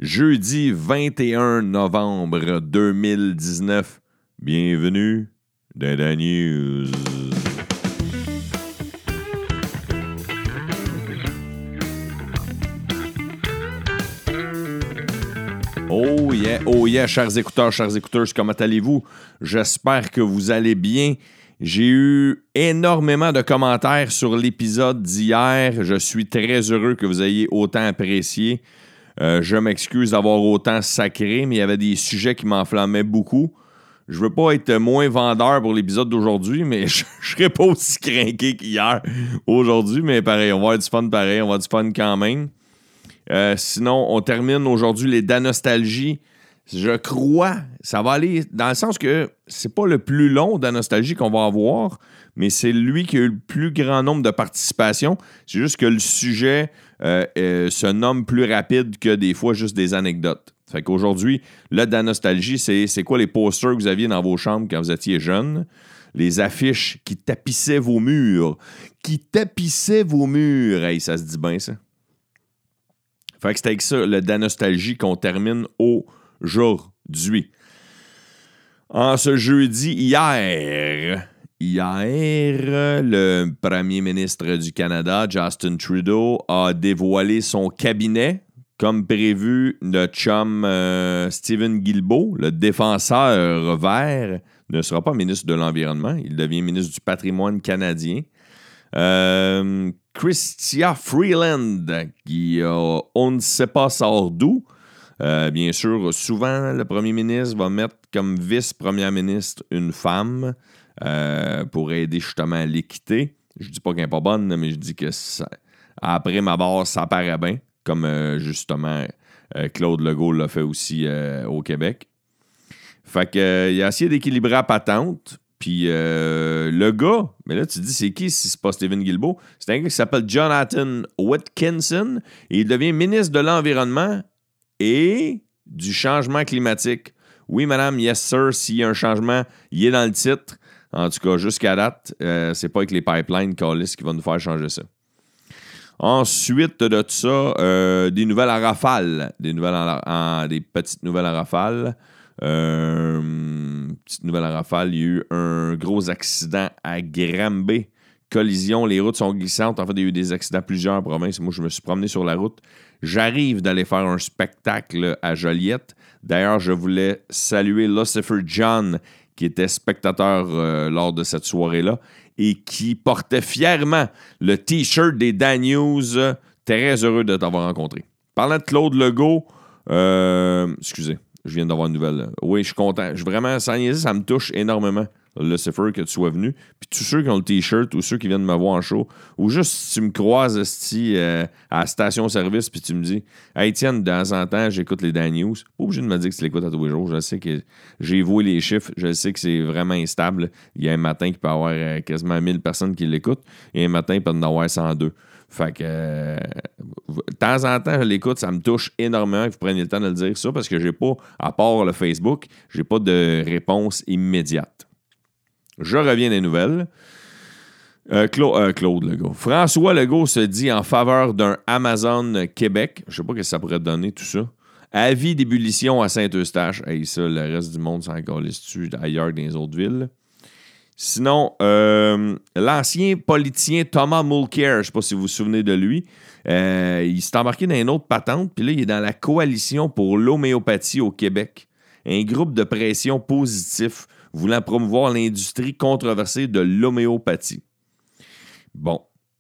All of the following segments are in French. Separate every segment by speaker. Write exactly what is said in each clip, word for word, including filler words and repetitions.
Speaker 1: Jeudi vingt et un novembre deux mille dix-neuf. Bienvenue dans la news. Oh yeah, oh yeah, chers écouteurs, chers écouteurs, comment allez-vous? J'espère que vous allez bien. J'ai eu énormément de commentaires sur l'épisode d'hier. Je suis très heureux que vous ayez autant apprécié. Euh, je m'excuse d'avoir autant sacré, mais il y avait des sujets qui m'enflammaient beaucoup. Je veux pas être moins vendeur pour l'épisode d'aujourd'hui, mais je, je serai pas aussi craqué qu'hier aujourd'hui. Mais pareil, on va avoir du fun pareil, on va avoir du fun quand même. Euh, sinon, on termine aujourd'hui les Danostalgie. Je crois, ça va aller dans le sens que c'est pas le plus long Danostalgie qu'on va avoir, mais c'est lui qui a eu le plus grand nombre de participations. C'est juste que le sujet euh, euh, se nomme plus rapide que des fois juste des anecdotes. Fait qu'aujourd'hui, le Danostalgie, c'est, c'est quoi les posters que vous aviez dans vos chambres quand vous étiez jeunes? Les affiches qui tapissaient vos murs. Qui tapissaient vos murs. Hey, ça se dit bien, ça. Fait que c'est avec ça, le Danostalgie, qu'on termine aujourd'hui. En ce jeudi, hier, hier, le premier ministre du Canada, Justin Trudeau, a dévoilé son cabinet. Comme prévu, le chum euh, Stephen Guilbeault, le défenseur vert, ne sera pas ministre de l'Environnement. Il devient ministre du Patrimoine canadien. Euh, Chrystia Freeland, qui euh, on ne sait pas sort d'où. Euh, bien sûr, souvent, le premier ministre va mettre comme vice-première ministre une femme euh, pour aider justement à l'équité. Je dis pas qu'elle n'est pas bonne, mais je dis que ça, après ma barre, ça paraît bien, comme euh, justement euh, Claude Legault l'a fait aussi euh, au Québec. Fait que, euh, il a essayé d'équilibrer la patente. Puis euh, le gars, mais là tu te dis c'est qui si c'est pas Stephen Guilbeault? C'est un gars qui s'appelle Jonathan Wilkinson et il devient ministre de l'Environnement et du changement climatique. Oui, madame, yes sir, s'il y a un changement, il est dans le titre. En tout cas, jusqu'à date, euh, c'est pas avec les pipelines Callis qui va nous faire changer ça. Ensuite de ça, euh, des nouvelles en rafale. Des, nouvelles en, en, des petites nouvelles en rafale. Euh, petite nouvelle en rafale, il y a eu un gros accident à Granby. Collision, les routes sont glissantes. En fait, il y a eu des accidents à plusieurs provinces. Moi, je me suis promené sur la route. J'arrive d'aller faire un spectacle à Joliette. D'ailleurs, je voulais saluer Lucifer John, qui était spectateur euh, lors de cette soirée-là et qui portait fièrement le T-shirt des Dan News. Très heureux de t'avoir rencontré. Parlant de Claude Legault, euh, excusez. Je viens d'avoir une nouvelle. Oui, je suis content. Je, vraiment, sans niaiser, ça me touche énormément, Lucifer, que tu sois venu. Puis tous ceux qui ont le T-shirt ou ceux qui viennent me voir en show, ou juste si tu me croises esti, euh, à la station-service puis tu me dis « Hey, tiens, de temps en temps, j'écoute les Dan News. » Pas obligé de me dire que tu l'écoutes à tous les jours. Je sais que j'ai voué les chiffres. Je sais que c'est vraiment instable. Il y a un matin qui peut y avoir euh, quasiment mille personnes qui l'écoutent et un matin, il peut y en avoir cent deux. Fait que, euh, de temps en temps, je l'écoute, ça me touche énormément que vous preniez le temps de le dire ça parce que j'ai pas, à part le Facebook, j'ai pas de réponse immédiate. Je reviens des nouvelles. Euh, Cla- euh, Claude Legault. François Legault se dit en faveur d'un Amazon Québec. Je sais pas ce que ça pourrait donner, tout ça. Avis d'ébullition à Saint-Eustache. Hey, ça, le reste du monde s'en calisse dessus ailleurs dans les autres villes. Sinon, euh, l'ancien politicien Thomas Mulcair, je ne sais pas si vous vous souvenez de lui, euh, il s'est embarqué dans une autre patente, puis là, il est dans la coalition pour l'homéopathie au Québec. Un groupe de pression positif voulant promouvoir l'industrie controversée de l'homéopathie. Bon.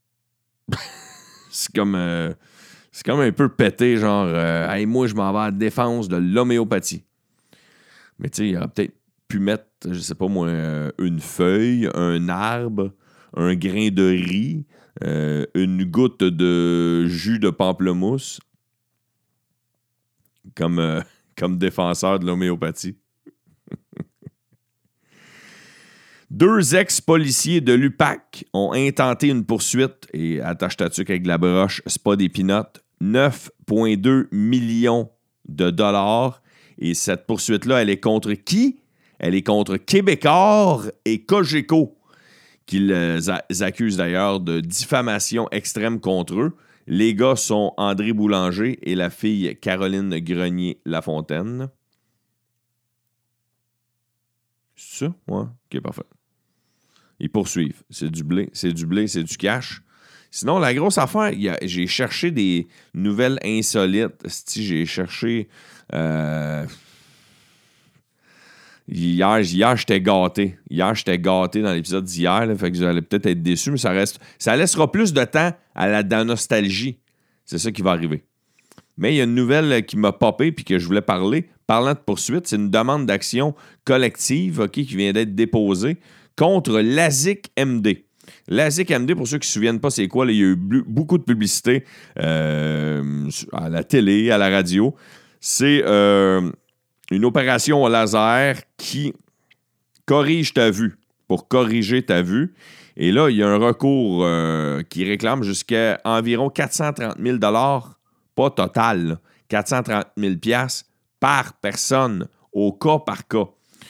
Speaker 1: c'est comme euh, c'est comme un peu pété, genre, euh, hey, moi, je m'en vais à la défense de l'homéopathie. Mais tu sais, il y aura peut-être pu mettre, je sais pas moi, une feuille, un arbre, un grain de riz, euh, une goutte de jus de pamplemousse comme, euh, comme défenseur de l'homéopathie. Deux ex-policiers de l'U P A C ont intenté une poursuite, et attache ta tuque avec la broche, c'est pas des pinottes, neuf virgule deux millions de dollars. Et cette poursuite-là, elle est contre qui? Elle est contre Québecor et Cogeco, qui les accusent d'ailleurs de diffamation extrême contre eux. Les gars sont André Boulanger et la fille Caroline Grenier-Lafontaine. C'est ça? Ouais, ok, parfait. Ils poursuivent. C'est du blé, c'est du blé, c'est du cash. Sinon, la grosse affaire, y a, j'ai cherché des nouvelles insolites. Si j'ai cherché... Euh, hier, hier j'étais gâté. Hier, j'étais gâté dans l'épisode d'hier. Là, fait que vous allez peut-être être déçus, mais ça, reste, ça laissera plus de temps à la, la nostalgie. C'est ça qui va arriver. Mais il y a une nouvelle qui m'a popé et que je voulais parler. Parlant de poursuite, c'est une demande d'action collective okay, qui vient d'être déposée contre l'A S I C M D. L'A S I C M D, pour ceux qui ne se souviennent pas, c'est quoi? Là, il y a eu beaucoup de publicité euh, à la télé, à la radio. C'est euh, une opération au laser qui corrige ta vue, pour corriger ta vue. Et là, il y a un recours euh, qui réclame jusqu'à environ quatre cent trente mille dollars, pas total, là, quatre cent trente mille dollars par personne, au cas par cas.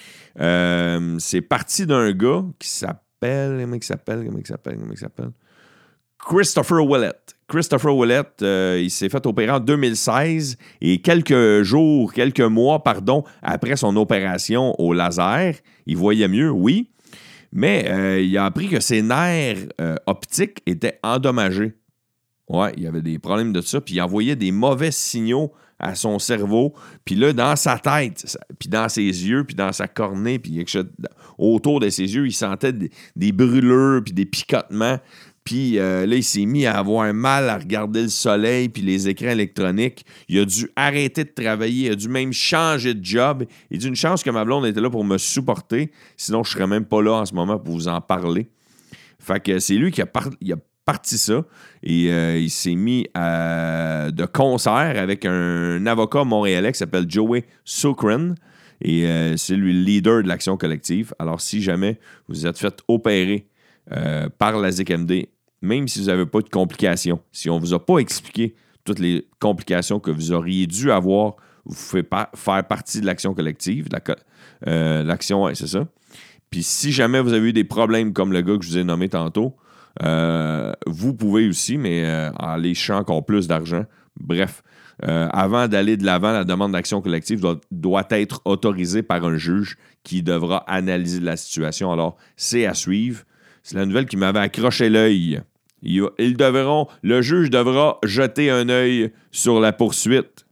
Speaker 1: Euh, c'est parti d'un gars qui s'appelle, comment il s'appelle, comment il s'appelle, comment il s'appelle? Christopher Willett. Christopher Willett, euh, il s'est fait opérer en deux mille seize et quelques jours, quelques mois, pardon, après son opération au laser, il voyait mieux, oui, mais euh, il a appris que ses nerfs euh, optiques étaient endommagés. Ouais, il y avait des problèmes de ça, puis il envoyait des mauvais signaux à son cerveau, puis là, dans sa tête, puis dans ses yeux, puis dans sa cornée, puis autour de ses yeux, il sentait des, des brûlures, puis des picotements, puis euh, là, il s'est mis à avoir mal à regarder le soleil, puis les écrans électroniques. Il a dû arrêter de travailler, il a dû même changer de job. Il a dit une chance que ma blonde était là pour me supporter, sinon je ne serais même pas là en ce moment pour vous en parler. Fait que c'est lui qui a, par- il a parti ça et euh, il s'est mis à, de concert avec un avocat montréalais qui s'appelle Joey Sukrin et euh, c'est lui le leader de l'action collective. Alors si jamais vous êtes fait opérer euh, par la S I C M D, même si vous n'avez pas de complications, si on ne vous a pas expliqué toutes les complications que vous auriez dû avoir, vous pouvez pas faire partie de l'action collective, de la, euh, l'action, ouais, c'est ça. Puis si jamais vous avez eu des problèmes comme le gars que je vous ai nommé tantôt, Euh, vous pouvez aussi, mais euh, en léchant encore plus d'argent. Bref, euh, avant d'aller de l'avant, la demande d'action collective doit, doit être autorisée par un juge qui devra analyser la situation. Alors, c'est à suivre. C'est la nouvelle qui m'avait accroché l'œil. Ils, ils devront, le juge devra jeter un œil sur la poursuite.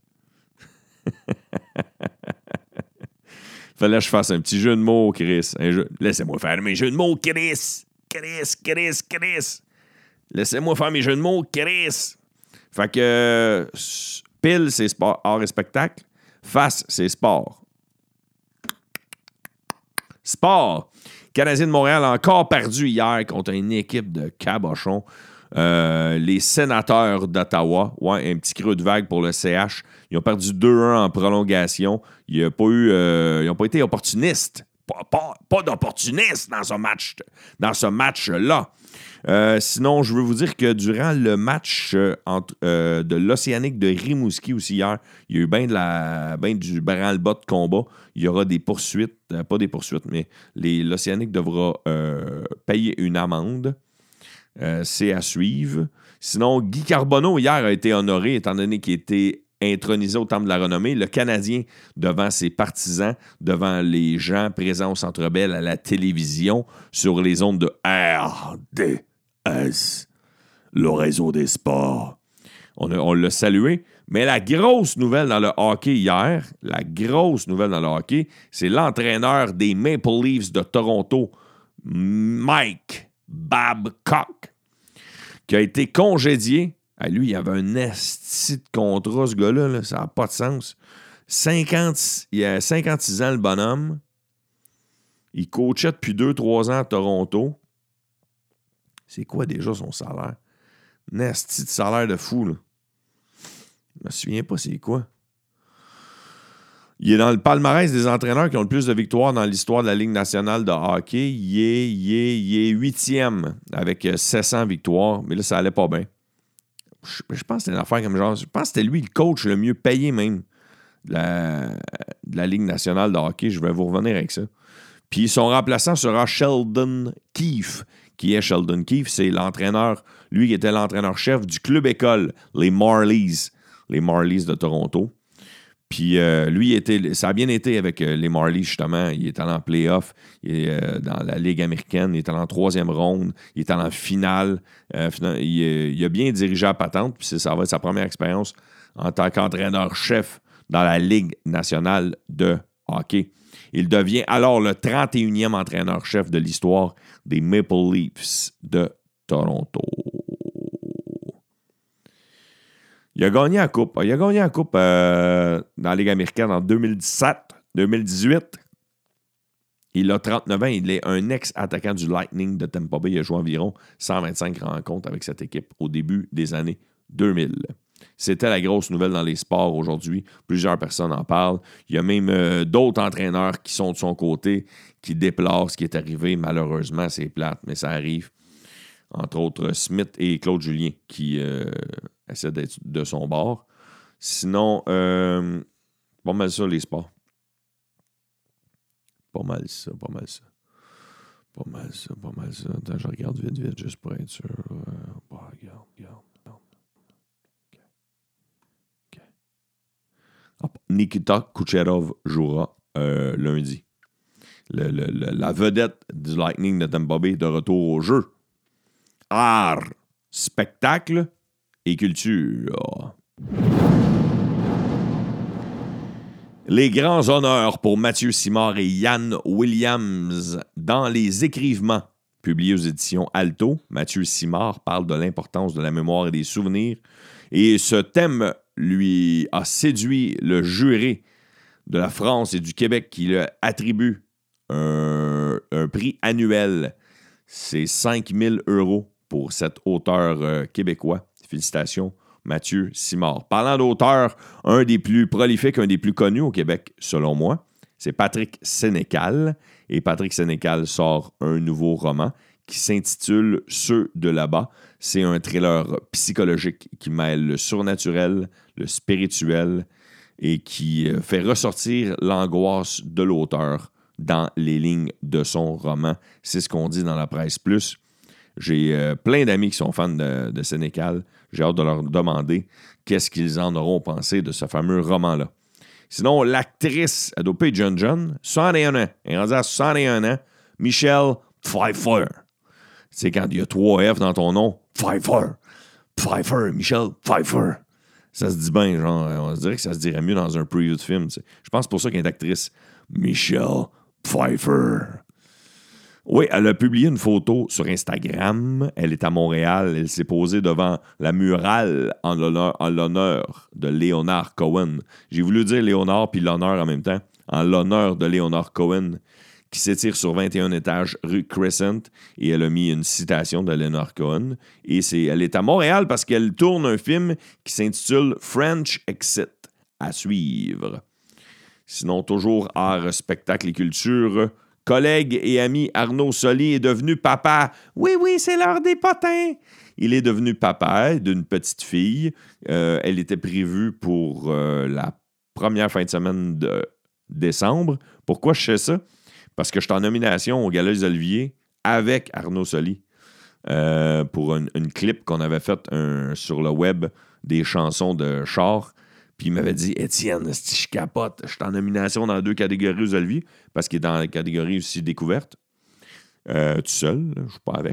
Speaker 1: Fallait que je fasse un petit jeu de mots, Chris. Un jeu... Laissez-moi faire mes jeux de mots, Chris. Chris, Chris, Chris. Laissez-moi faire mes jeux de mots, Chris. Fait que euh, pile, c'est sport, art et spectacle. Face, c'est sport. Sport. Canadien de Montréal a encore perdu hier contre une équipe de cabochons. Euh, les sénateurs d'Ottawa. Ouais, un petit creux de vague pour le C H. Ils ont perdu deux un en prolongation. Il a pas eu, euh, ils n'ont pas été opportunistes. Pas, pas, pas d'opportunistes dans ce match, dans ce match-là. Euh, sinon, je veux vous dire que durant le match euh, entre, euh, de l'Océanique de Rimouski aussi hier, il y a eu bien ben du branle-bas de combat. Il y aura des poursuites, euh, pas des poursuites, mais les, l'Océanique devra euh, payer une amende. Euh, c'est à suivre. Sinon, Guy Carbonneau hier a été honoré, étant donné qu'il était intronisé au Temple de la Renommée, le Canadien devant ses partisans, devant les gens présents au Centre Bell, à la télévision, sur les ondes de R D S, le réseau des sports. On, a, on l'a salué, mais la grosse nouvelle dans le hockey hier, la grosse nouvelle dans le hockey, c'est l'entraîneur des Maple Leafs de Toronto, Mike Babcock, qui a été congédié. Ah, lui, il avait un esti de contrat, ce gars-là. Là. Ça n'a pas de sens. cinquante, il a cinquante-six ans, le bonhomme. Il coachait depuis deux trois ans à Toronto. C'est quoi déjà son salaire? Un esti de salaire de fou, là. Je me souviens pas c'est quoi. Il est dans le palmarès des entraîneurs qui ont le plus de victoires dans l'histoire de la Ligue nationale de hockey. Il est, il est, il est huitième avec sept cents victoires. Mais là, ça allait pas bien. Je, je pense que c'était une affaire comme genre. Je pense que c'était lui le coach le mieux payé même de la, de la Ligue nationale de hockey. Je vais vous revenir avec ça. Puis son remplaçant sera Sheldon Keefe, qui est Sheldon Keefe. C'est l'entraîneur, lui qui était l'entraîneur-chef du club école, les Marlies, les Marlies de Toronto. Puis euh, lui, était, ça a bien été avec euh, les Marlies, justement. Il est allé en play-off, il est euh, dans la Ligue américaine, il est allé en troisième ronde, il est allé en finale. Euh, final, il, il a bien dirigé à patente, puis ça va être sa première expérience en tant qu'entraîneur-chef dans la Ligue nationale de hockey. Il devient alors le trente et unième entraîneur-chef de l'histoire des Maple Leafs de Toronto. Il a gagné la coupe. Il a gagné la coupe euh, dans la Ligue américaine en deux mille dix-sept, deux mille dix-huit. Il a trente-neuf ans. Il est un ex-attaquant du Lightning de Tampa Bay. Il a joué environ cent vingt-cinq rencontres avec cette équipe au début des années deux mille. C'était la grosse nouvelle dans les sports aujourd'hui. Plusieurs personnes en parlent. Il y a même euh, d'autres entraîneurs qui sont de son côté, qui déplorent ce qui est arrivé. Malheureusement, c'est plate, mais ça arrive. Entre autres, Smith et Claude Julien qui euh, essaient d'être de son bord. Sinon, euh, pas mal ça, les sports. Pas mal ça, pas mal ça. Pas mal ça, pas mal ça. Attends, je regarde vite, vite, juste pour être sûr. Euh, bah, regarde, regarde. Okay. Okay. Hop. Nikita Kucherov jouera euh, lundi. Le, le, le, la vedette du Lightning de Tampa Bay de retour au jeu. Art, spectacle et culture. Les grands honneurs pour Mathieu Simard et Yann Williams dans Les Écrivements, publiés aux éditions Alto. Mathieu Simard parle de l'importance de la mémoire et des souvenirs. Et ce thème lui a séduit le jury de la France et du Québec qui lui attribue un, un prix annuel. C'est cinq mille euros pour cet auteur euh, québécois. Félicitations, Mathieu Simard. Parlant d'auteur, un des plus prolifiques, un des plus connus au Québec, selon moi, c'est Patrick Sénécal. Et Patrick Sénécal sort un nouveau roman qui s'intitule « Ceux de là-bas ». C'est un thriller psychologique qui mêle le surnaturel, le spirituel et qui fait ressortir l'angoisse de l'auteur dans les lignes de son roman. C'est ce qu'on dit dans la presse plus. J'ai euh, plein d'amis qui sont fans de, de Sénécal. J'ai hâte de leur demander qu'est-ce qu'ils en auront pensé de ce fameux roman-là. Sinon, l'actrice, elle doit pas être jeune jeune, soixante et un ans. Elle est rendue à soixante et un ans. Michelle Pfeiffer. C'est quand il y a trois F dans ton nom. Pfeiffer. Pfeiffer. Michelle Pfeiffer. Ça se dit bien, genre, on se dirait que ça se dirait mieux dans un preview de film. T'sais. Je pense pour ça qu'elle est actrice. Michelle Pfeiffer. Oui, elle a publié une photo sur Instagram. Elle est à Montréal. Elle s'est posée devant la murale en l'honneur, en l'honneur de Leonard Cohen. J'ai voulu dire Léonard puis l'honneur en même temps. En l'honneur de Leonard Cohen, qui s'étire sur vingt et un étages rue Crescent. Et elle a mis une citation de Leonard Cohen. Et c'est, elle est à Montréal parce qu'elle tourne un film qui s'intitule French Exit. À suivre. Sinon, toujours art, spectacle et culture. Collègue et ami Arnaud Soli est devenu papa. Oui, oui, c'est l'heure des potins. Il est devenu papa d'une petite fille. Euh, elle était prévue pour euh, la première fin de semaine de décembre. Pourquoi je sais ça? Parce que je suis en nomination au Gala des Oliviers avec Arnaud Soli euh, pour une, une clip qu'on avait faite sur le web des chansons de char. Puis il m'avait dit « Étienne, si je capote, je suis en nomination dans deux catégories aux Olivier, parce qu'il est dans la catégorie aussi découverte. Euh, tout seul, je ne suis pas avec. »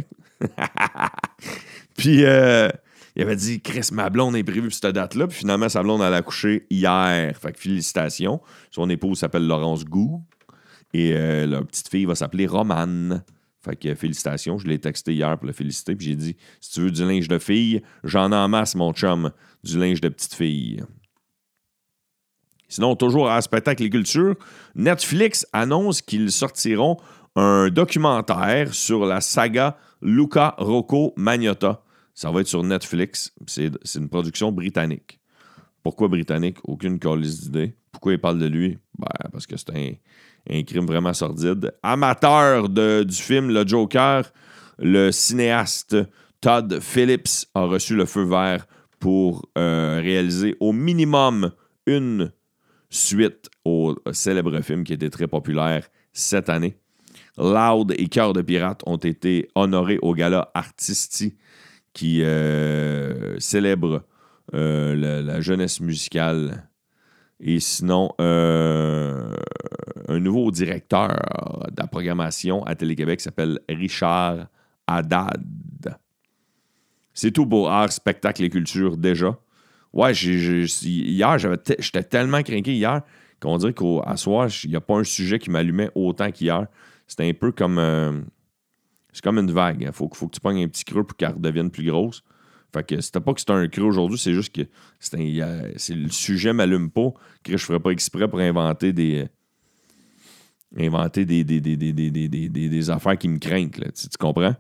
Speaker 1: Puis euh, il avait dit « Chris, ma blonde est prévue pour cette date-là. » Puis finalement, sa blonde, elle a accouché hier. Fait que félicitations. Son épouse s'appelle Laurence Gou. Et euh, leur petite fille va s'appeler Romane. Fait que félicitations. Je l'ai texté hier pour la féliciter. Puis j'ai dit « Si tu veux du linge de fille, j'en ai en masse, mon chum. Du linge de petite fille. » Sinon, toujours à spectacle et culture, Netflix annonce qu'ils sortiront un documentaire sur la saga Luca Rocco Magnotta. Ça va être sur Netflix. C'est, c'est une production britannique. Pourquoi britannique? Aucune calice d'idée. Pourquoi ils parlent de lui? Ben, parce que c'est un, un crime vraiment sordide. Amateur de, du film Le Joker, le cinéaste Todd Phillips a reçu le feu vert pour euh, réaliser au minimum une suite au célèbre film qui était très populaire cette année. Loud et Cœur de Pirate ont été honorés au gala Artisti qui euh, célèbre euh, la, la jeunesse musicale. Et sinon, euh, un nouveau directeur de la programmation à Télé-Québec s'appelle Richard Haddad. C'est tout pour art, spectacle et culture déjà. Ouais, j'ai, j'ai, hier, j'avais te, j'étais tellement craqué hier qu'on dirait qu'à soir, il n'y a pas un sujet qui m'allumait autant qu'hier. C'était un peu comme... Euh, c'est comme une vague. Il faut, faut que tu pognes un petit creux pour qu'elle redevienne plus grosse. Fait que c'était pas que c'était un creux aujourd'hui, c'est juste que c'était un, c'est, le sujet m'allume pas, que je ferais pas exprès pour inventer des... inventer des, des, des, des, des, des, des, des affaires qui me craignent. Là. Tu, tu comprends?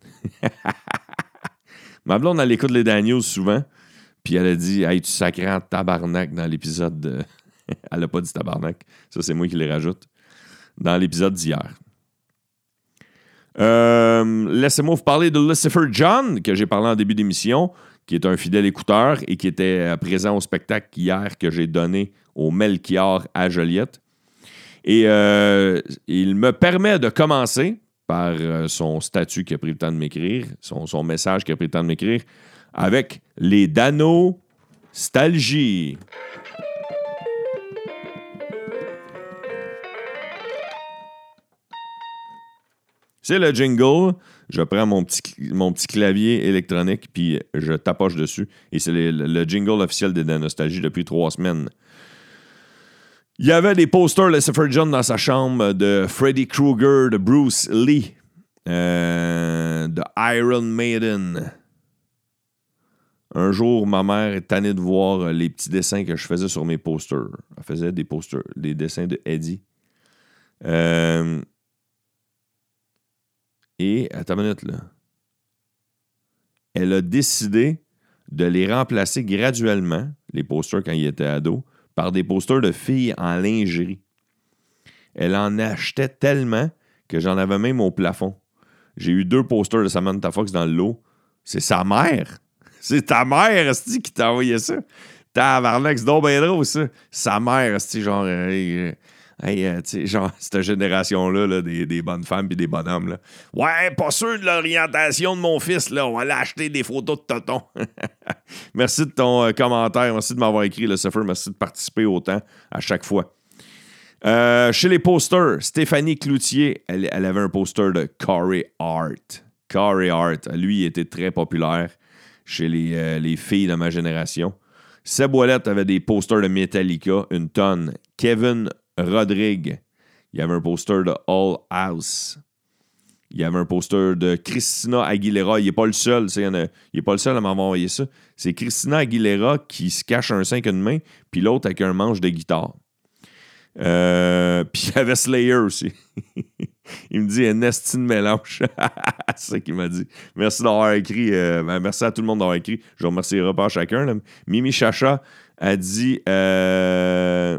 Speaker 1: Ma blonde, elle écoute les Daniels souvent. Puis elle a dit « Hey, tu sacré en tabarnak dans l'épisode de... » Elle a pas dit tabarnak. Ça, c'est moi qui les rajoute. Dans l'épisode d'hier. Euh, laissez-moi vous parler de Lucifer John, que j'ai parlé en début d'émission, qui est un fidèle écouteur et qui était présent au spectacle hier que j'ai donné au Melchior à Joliette. Et euh, il me permet de commencer par son statut qui a pris le temps de m'écrire, son, son message qui a pris le temps de m'écrire, avec les Danostalgie. C'est le jingle. Je prends mon petit, mon petit clavier électronique puis je tapoche dessus. Et c'est le, le jingle officiel des Danostalgie depuis trois semaines. Il y avait des posters de Lucifer John dans sa chambre de Freddy Krueger, de Bruce Lee, euh, de Iron Maiden. Un jour, ma mère est tannée de voir les petits dessins que je faisais sur mes posters. Elle faisait des posters, des dessins de Eddie. Euh, et, attends une minute, là. Elle a décidé de les remplacer graduellement, les posters quand ils étaient ados, par des posters de filles en lingerie. Elle en achetait tellement que j'en avais même au plafond. J'ai eu deux posters de Samantha Fox dans le lot. C'est sa mère. C'est ta mère, esti, qui t'a envoyé ça. Tabarnak, c'est donc bien drôle, ça. Sa mère, esti, genre... Euh, hey, euh, tu sais, genre, cette génération-là, là, des, des bonnes femmes et des bonhommes, là. Ouais, pas sûr de l'orientation de mon fils, là. On va aller acheter des photos de tonton. Merci de ton euh, commentaire. Merci de m'avoir écrit, le Lucifer. Merci de participer autant à chaque fois. Euh, chez les posters, Stéphanie Cloutier, elle, elle avait un poster de Corey Hart. Corey Hart, lui, il était très populaire chez les, euh, les filles de ma génération. Seb Ouellette avait des posters de Metallica, une tonne. Kevin Rodrigue, il y avait un poster de All House. Il y avait un poster de Christina Aguilera. Il n'est pas le seul, il n'est pas le seul à m'avoir envoyé ça. C'est Christina Aguilera qui se cache un sein qu'une main, puis l'autre avec un manche de guitare. Euh, puis il y avait Slayer aussi. Il me dit un esti de mélange. C'est ça qu'il m'a dit. Merci d'avoir écrit. Euh, ben, merci à tout le monde d'avoir écrit. Je vous remercierai pas à chacun. Là. Mimi Chacha a dit... Euh...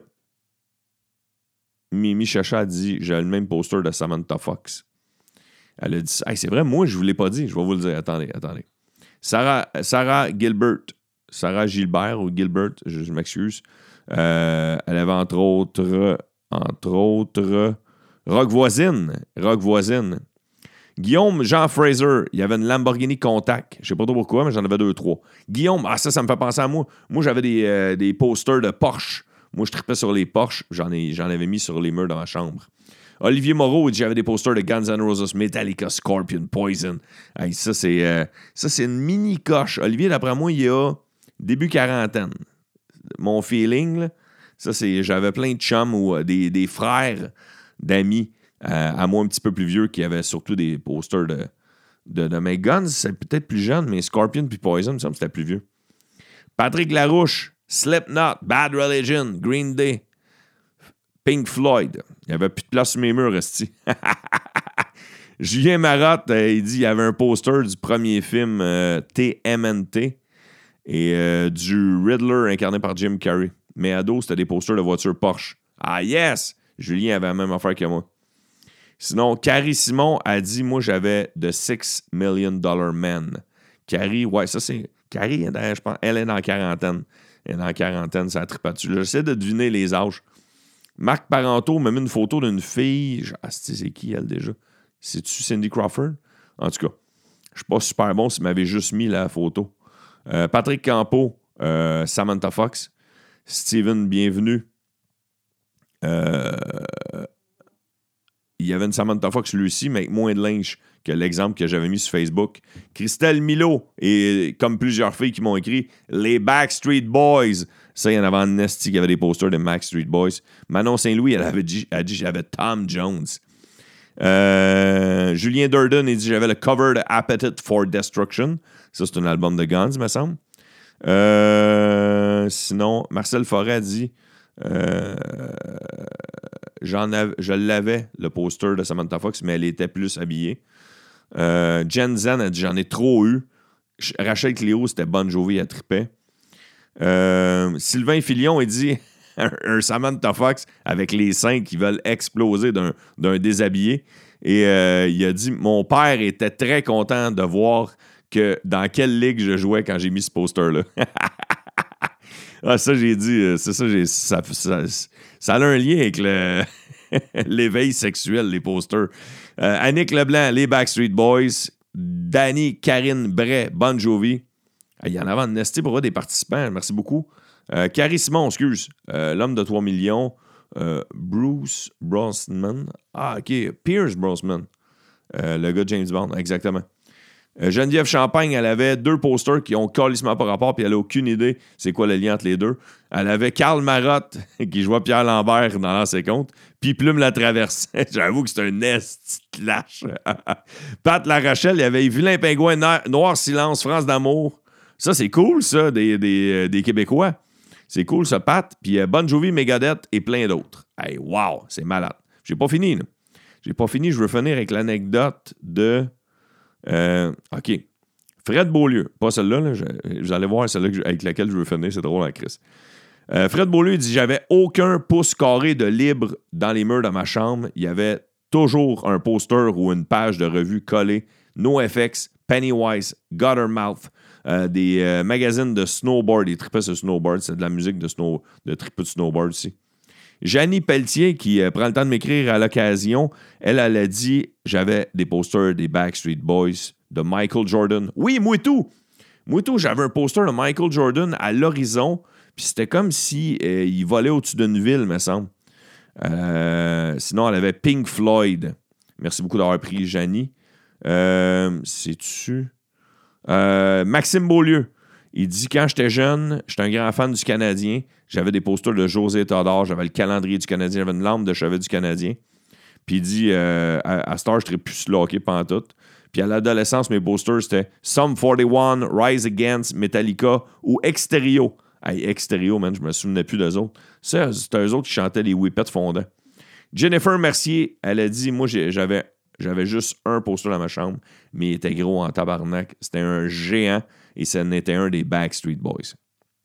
Speaker 1: Mimi Chacha a dit j'ai le même poster de Samantha Fox. Elle a dit hey, c'est vrai, moi, je ne vous l'ai pas dit. Je vais vous le dire. Attendez, attendez. Sarah, Sarah Gilbert. Sarah Gilbert ou Gilbert, je, je m'excuse. Euh, elle avait entre autres, entre autres, Rock Voisine. Rock Voisine. Guillaume Jean Fraser, il y avait une Lamborghini Contact. Je sais pas trop pourquoi, mais j'en avais deux, trois. Guillaume, ah ça, ça me fait penser à moi. Moi, j'avais des, euh, des posters de Porsche. Moi, je tripais sur les Porsche. J'en, ai, j'en avais mis sur les murs de ma chambre. Olivier Moreau, j'avais des posters de Guns N' Roses, Metallica, Scorpion, Poison. Hey, ça, c'est, euh, ça, c'est une mini coche. Olivier, d'après moi, il a début quarantaine. Mon feeling, là, ça, c'est... J'avais plein de chums ou euh, des, des frères d'amis euh, à moi un petit peu plus vieux qui avaient surtout des posters de, de, de mes Guns. C'est peut-être plus jeune, mais Scorpion puis Poison, ça me c'était plus vieux. Patrick Larouche, Slipknot, Bad Religion, Green Day, Pink Floyd. Il n'y avait plus de place sur mes murs, esti. Julien Marotte, euh, il dit qu'il y avait un poster du premier film euh, T M N T et euh, du Riddler incarné par Jim Carrey. Mais à dos, c'était des posters de voitures Porsche. Ah yes! Julien avait la même affaire que moi. Sinon, Carrie Simon a dit, moi, j'avais The Six Million Dollar Man. Carrie, ouais, ça c'est... Carrie, je pense, elle est dans la quarantaine. Elle est dans la quarantaine, ça a trippé dessus. J'essaie de deviner les âges. Marc Parenteau m'a mis une photo d'une fille. Ah, c'est qui, elle, déjà? C'est-tu Cindy Crawford? En tout cas, je suis pas super bon s'il m'avait juste mis la photo. Euh, Patrick Campo, euh, Samantha Fox, Steven, bienvenue. Euh, il y avait une Samantha Fox lui aussi, mais avec moins de linge que l'exemple que j'avais mis sur Facebook. Christelle Milo, et comme plusieurs filles qui m'ont écrit, les Backstreet Boys. Ça, il y en avait en esti qui avait des posters de Backstreet Boys. Manon Saint-Louis, elle avait dit, elle a dit j'avais Tom Jones. Euh, Julien Durden, il dit j'avais le cover de Appetite for Destruction. Ça, c'est un album de Guns, me semble. Euh, sinon, Marcel Forêt a dit euh, j'en avais, je l'avais, le poster de Samantha Fox, mais elle était plus habillée. Euh, Jen Zen a dit j'en ai trop eu. Rachel Cléo, c'était Bon Jovi, elle tripait. Euh, Sylvain Filion, il dit un, un Samantha Fox avec les seins qui veulent exploser d'un, d'un déshabillé. Et euh, il a dit mon père était très content de voir que dans quelle ligue je jouais quand j'ai mis ce poster-là. Ah, ça, j'ai dit, c'est ça, j'ai, ça, ça, ça a un lien avec le, l'éveil sexuel, les posters. Euh, Annick Leblanc, les Backstreet Boys. Danny, Karine Bray, Bon Jovi. Il y en avait en esti pour voir des participants. Merci beaucoup. Euh, Carrie Simon, excuse. Euh, l'homme de trois millions. Euh, Bruce Brosnan. Ah, OK. Pierce Brosnan. Euh, le gars de James Bond, exactement. Euh, Geneviève Champagne, elle avait deux posters qui ont calissement par rapport, puis elle n'a aucune idée c'est quoi le lien entre les deux. Elle avait Karl Marotte, qui jouait Pierre Lambert dans l'ancien compte, puis Plume la Traverse. J'avoue que c'est un esti lâche. Pat Larachelle, il y avait Vilain Pingouin, Noir Silence, France d'amour. Ça, c'est cool, ça, des, des, des Québécois. C'est cool, ça, Pat. Puis euh, Bon Jovi, Megadeth et plein d'autres. Hey, wow, c'est malade. J'ai pas fini, là. J'ai pas fini. Je veux finir avec l'anecdote de... Euh, OK. Fred Beaulieu. Pas celle-là, là. Je, vous allez voir celle-là que je, avec laquelle je veux finir. C'est drôle, hein, Chris. Euh, Fred Beaulieu dit « J'avais aucun pouce carré de libre dans les murs de ma chambre. Il y avait toujours un poster ou une page de revue collée. NoFX, Pennywise, Guttermouth, euh, des euh, magazines de snowboard. Des tripes de snowboard. C'est de la musique de, snow, de tripes de snowboard aussi. Janie Pelletier, qui euh, prend le temps de m'écrire à l'occasion, elle, elle a dit « J'avais des posters des Backstreet Boys, de Michael Jordan. » Oui, moi tout! Moi tout, j'avais un poster de Michael Jordan à l'horizon, puis c'était comme si euh, il volait au-dessus d'une ville, me semble. Euh, sinon, elle avait Pink Floyd. Merci beaucoup d'avoir pris Janie. Euh, C'est-tu? Euh, Maxime Beaulieu. Il dit « Quand j'étais jeune, j'étais un grand fan du Canadien. J'avais des posters de José Todor, j'avais le calendrier du Canadien, j'avais une lampe de chevet du Canadien. » Puis il dit euh, « À, à Star, je serais plus slocké pantoute. » Puis à l'adolescence, mes posters, c'était Sum quarante et un, Rise Against, Metallica ou Exterio. Hey, Exterio, man, je me souvenais plus d'eux autres. Ça, c'était eux autres qui chantaient les whippets fondants. Jennifer Mercier, elle a dit « Moi, j'avais, j'avais juste un poster dans ma chambre, mais il était gros en tabarnak. C'était un géant. » Et ce n'était un des Backstreet Boys.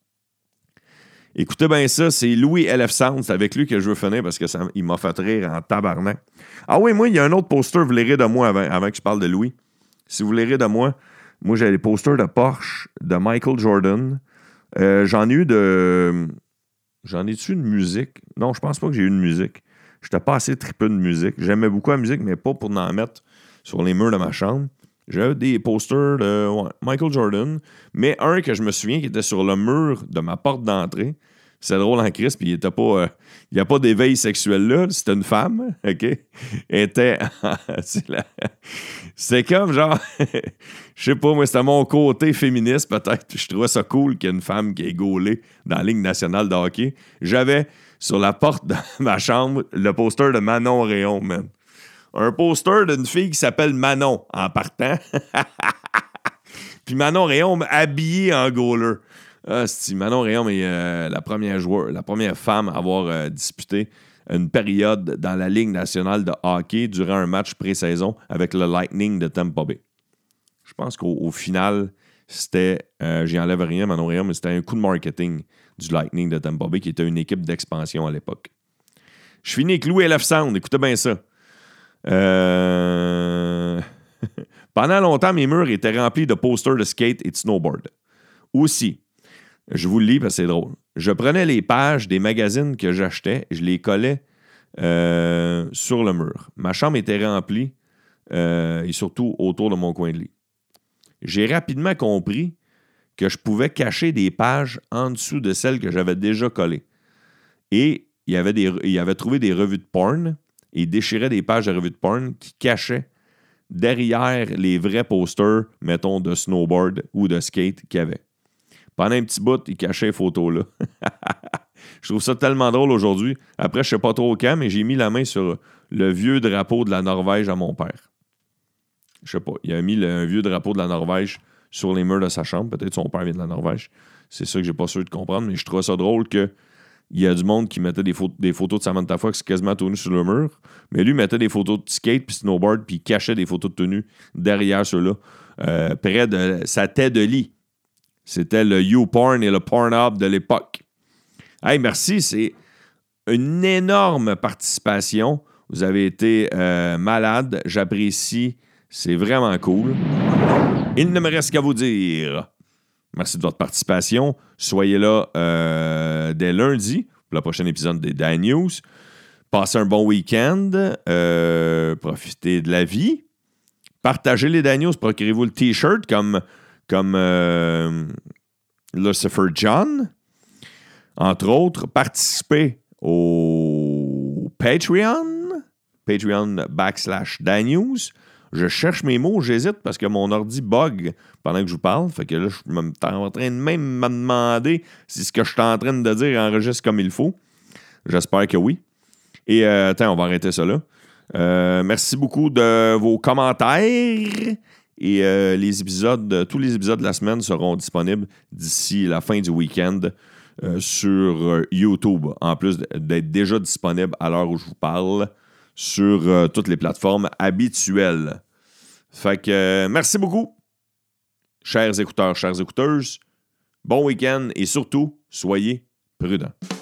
Speaker 1: Écoutez bien ça, c'est Louis L F Sound. C'est avec lui que je veux finir parce qu'il m'a fait rire en tabarnak. Ah oui, moi, il y a un autre poster, vous lirez de moi avant, avant que je parle de Louis. Si vous lirez de moi, moi, j'ai les posters de Porsche, de Michael Jordan. Euh, j'en ai eu de... J'en ai-tu une musique? Non, je pense pas que j'ai eu une musique. J'étais pas assez tripeux de musique. J'aimais beaucoup la musique, mais pas pour en mettre sur les murs de ma chambre. J'avais des posters de ouais, Michael Jordan, mais un que je me souviens qui était sur le mur de ma porte d'entrée. C'est drôle en crise, puis il était pas... Euh, il n'y a pas d'éveil sexuel là, c'était une femme, OK? Elle était... c'est, la, c'est comme genre... Je sais pas, moi, c'était mon côté féministe, peut-être. Je trouvais ça cool qu'il y ait une femme qui est gaulée dans la Ligue nationale de hockey. J'avais sur la porte de ma chambre le poster de Manon Réaume, man. Un poster d'une fille qui s'appelle Manon en partant. Puis Manon Réaume habillée en goaler. Ah, c'est Manon Réaume est euh, la première joueur, la première femme à avoir euh, disputé une période dans la Ligue nationale de hockey durant un match pré-saison avec le Lightning de Tampa Bay. Je pense qu'au au final, c'était, euh, j'y enlève rien, Manon Réaume, mais c'était un coup de marketing du Lightning de Tampa Bay qui était une équipe d'expansion à l'époque. Je finis avec Louis L F Sound, écoutez bien ça. Euh... Pendant longtemps, mes murs étaient remplis de posters de skate et de snowboard. Aussi, je vous le lis parce que c'est drôle. Je prenais les pages des magazines que j'achetais et je les collais euh, sur le mur. Ma chambre était remplie euh, et surtout autour de mon coin de lit. J'ai rapidement compris que je pouvais cacher des pages en dessous de celles que j'avais déjà collées. Et il avait, des, il avait trouvé des revues de porn et il déchirait des pages de revues de porn qui cachaient derrière les vrais posters, mettons, de snowboard ou de skate qu'il y avait. Pendant un petit bout, il cachait les photos-là. Je trouve ça tellement drôle aujourd'hui. Après, je ne sais pas trop quand, mais j'ai mis la main sur le vieux drapeau de la Norvège à mon père. Je sais pas. Il a mis le, un vieux drapeau de la Norvège sur les murs de sa chambre. Peut-être son père vient de la Norvège. C'est ça que j'ai pas sûr de comprendre, mais je trouve ça drôle que il y a du monde qui mettait des, photos, des photos de Samantha Fox quasiment tenues sur le mur, mais lui mettait des photos de skate puis snowboard puis il cachait des photos de tenue derrière ceux-là, euh, près de sa tête de lit. C'était le YouPorn et le Pornhub de l'époque. Hey, merci, c'est une énorme participation. Vous avez été euh, malade, j'apprécie, c'est vraiment cool. Il ne me reste qu'à vous dire merci de votre participation. Soyez là euh, dès lundi pour le prochain épisode des Dan News. Passez un bon week-end. Euh, profitez de la vie. Partagez les Dan News. Procurez-vous le T-shirt comme, comme euh, Lucifer John. Entre autres, participez au Patreon. Patreon backslash Dan News. Je cherche mes mots, j'hésite parce que mon ordi bug pendant que je vous parle. Fait que là, je suis en train de même me demander si ce que je suis en train de dire enregistre comme il faut. J'espère que oui. Et euh, attends, on va arrêter ça là. Euh, merci beaucoup de vos commentaires. Et euh, les épisodes, tous les épisodes de la semaine seront disponibles d'ici la fin du week-end euh, sur YouTube. En plus d'être déjà disponibles à l'heure où je vous parle sur euh, toutes les plateformes habituelles. Fait que euh, merci beaucoup, chers écouteurs, chères écouteuses. Bon week-end et surtout, soyez prudents.